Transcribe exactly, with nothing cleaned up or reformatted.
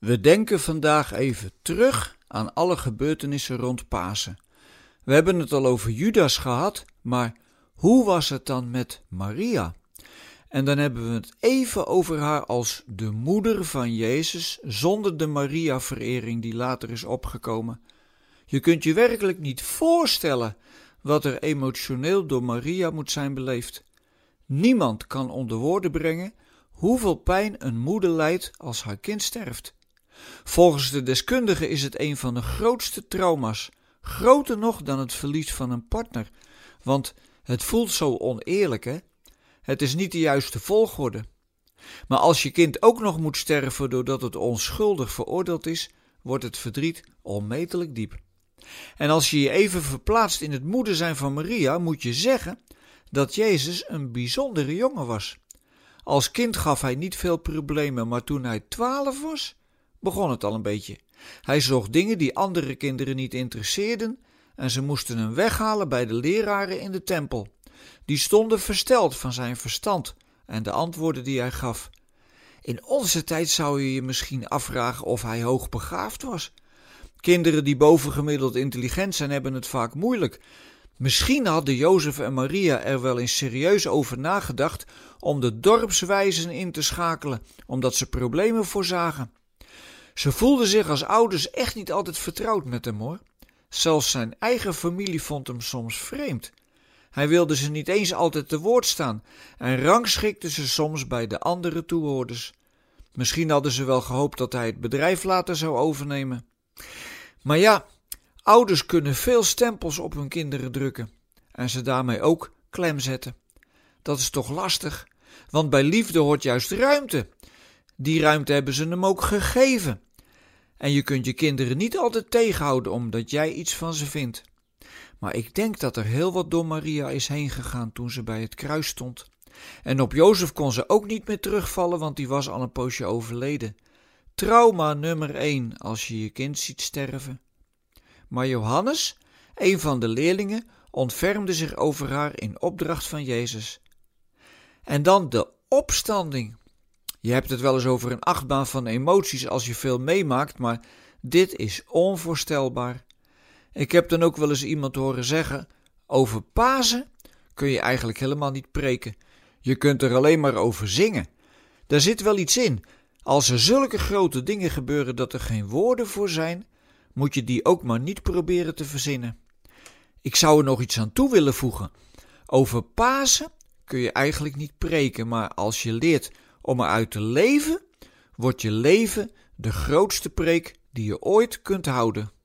We denken vandaag even terug aan alle gebeurtenissen rond Pasen. We hebben het al over Judas gehad, maar hoe was het dan met Maria? En dan hebben we het even over haar als de moeder van Jezus, zonder de Maria-verering die later is opgekomen. Je kunt je werkelijk niet voorstellen wat er emotioneel door Maria moet zijn beleefd. Niemand kan onder woorden brengen hoeveel pijn een moeder lijdt als haar kind sterft. Volgens de deskundigen is het een van de grootste trauma's, groter nog dan het verlies van een partner, want het voelt zo oneerlijk, hè? Het is niet de juiste volgorde. Maar als je kind ook nog moet sterven doordat het onschuldig veroordeeld is, wordt het verdriet onmetelijk diep. En als je je even verplaatst in het moeder zijn van Maria, moet je zeggen dat Jezus een bijzondere jongen was. Als kind gaf hij niet veel problemen, maar toen hij twaalf was, begon het al een beetje. Hij zocht dingen die andere kinderen niet interesseerden en ze moesten hem weghalen bij de leraren in de tempel. Die stonden versteld van zijn verstand en de antwoorden die hij gaf. In onze tijd zou je je misschien afvragen of hij hoogbegaafd was. Kinderen die bovengemiddeld intelligent zijn, hebben het vaak moeilijk. Misschien hadden Jozef en Maria er wel eens serieus over nagedacht om de dorpswijzen in te schakelen, omdat ze problemen voorzagen. Ze voelden zich als ouders echt niet altijd vertrouwd met hem, hoor. Zelfs zijn eigen familie vond hem soms vreemd. Hij wilde ze niet eens altijd te woord staan en rangschikte ze soms bij de andere toehoorders. Misschien hadden ze wel gehoopt dat hij het bedrijf later zou overnemen. Maar ja, ouders kunnen veel stempels op hun kinderen drukken en ze daarmee ook klem zetten. Dat is toch lastig, want bij liefde hoort juist ruimte. Die ruimte hebben ze hem ook gegeven. En je kunt je kinderen niet altijd tegenhouden omdat jij iets van ze vindt. Maar ik denk dat er heel wat door Maria is heen gegaan toen ze bij het kruis stond. En op Jozef kon ze ook niet meer terugvallen, want die was al een poosje overleden. Trauma nummer één als je je kind ziet sterven. Maar Johannes, een van de leerlingen, ontfermde zich over haar in opdracht van Jezus. En dan de opstanding. Je hebt het wel eens over een achtbaan van emoties als je veel meemaakt, maar dit is onvoorstelbaar. Ik heb dan ook wel eens iemand horen zeggen, over Pasen kun je eigenlijk helemaal niet preken. Je kunt er alleen maar over zingen. Daar zit wel iets in. Als er zulke grote dingen gebeuren dat er geen woorden voor zijn, moet je die ook maar niet proberen te verzinnen. Ik zou er nog iets aan toe willen voegen. Over Pasen kun je eigenlijk niet preken, maar als je leert om eruit te leven, wordt je leven de grootste preek die je ooit kunt houden.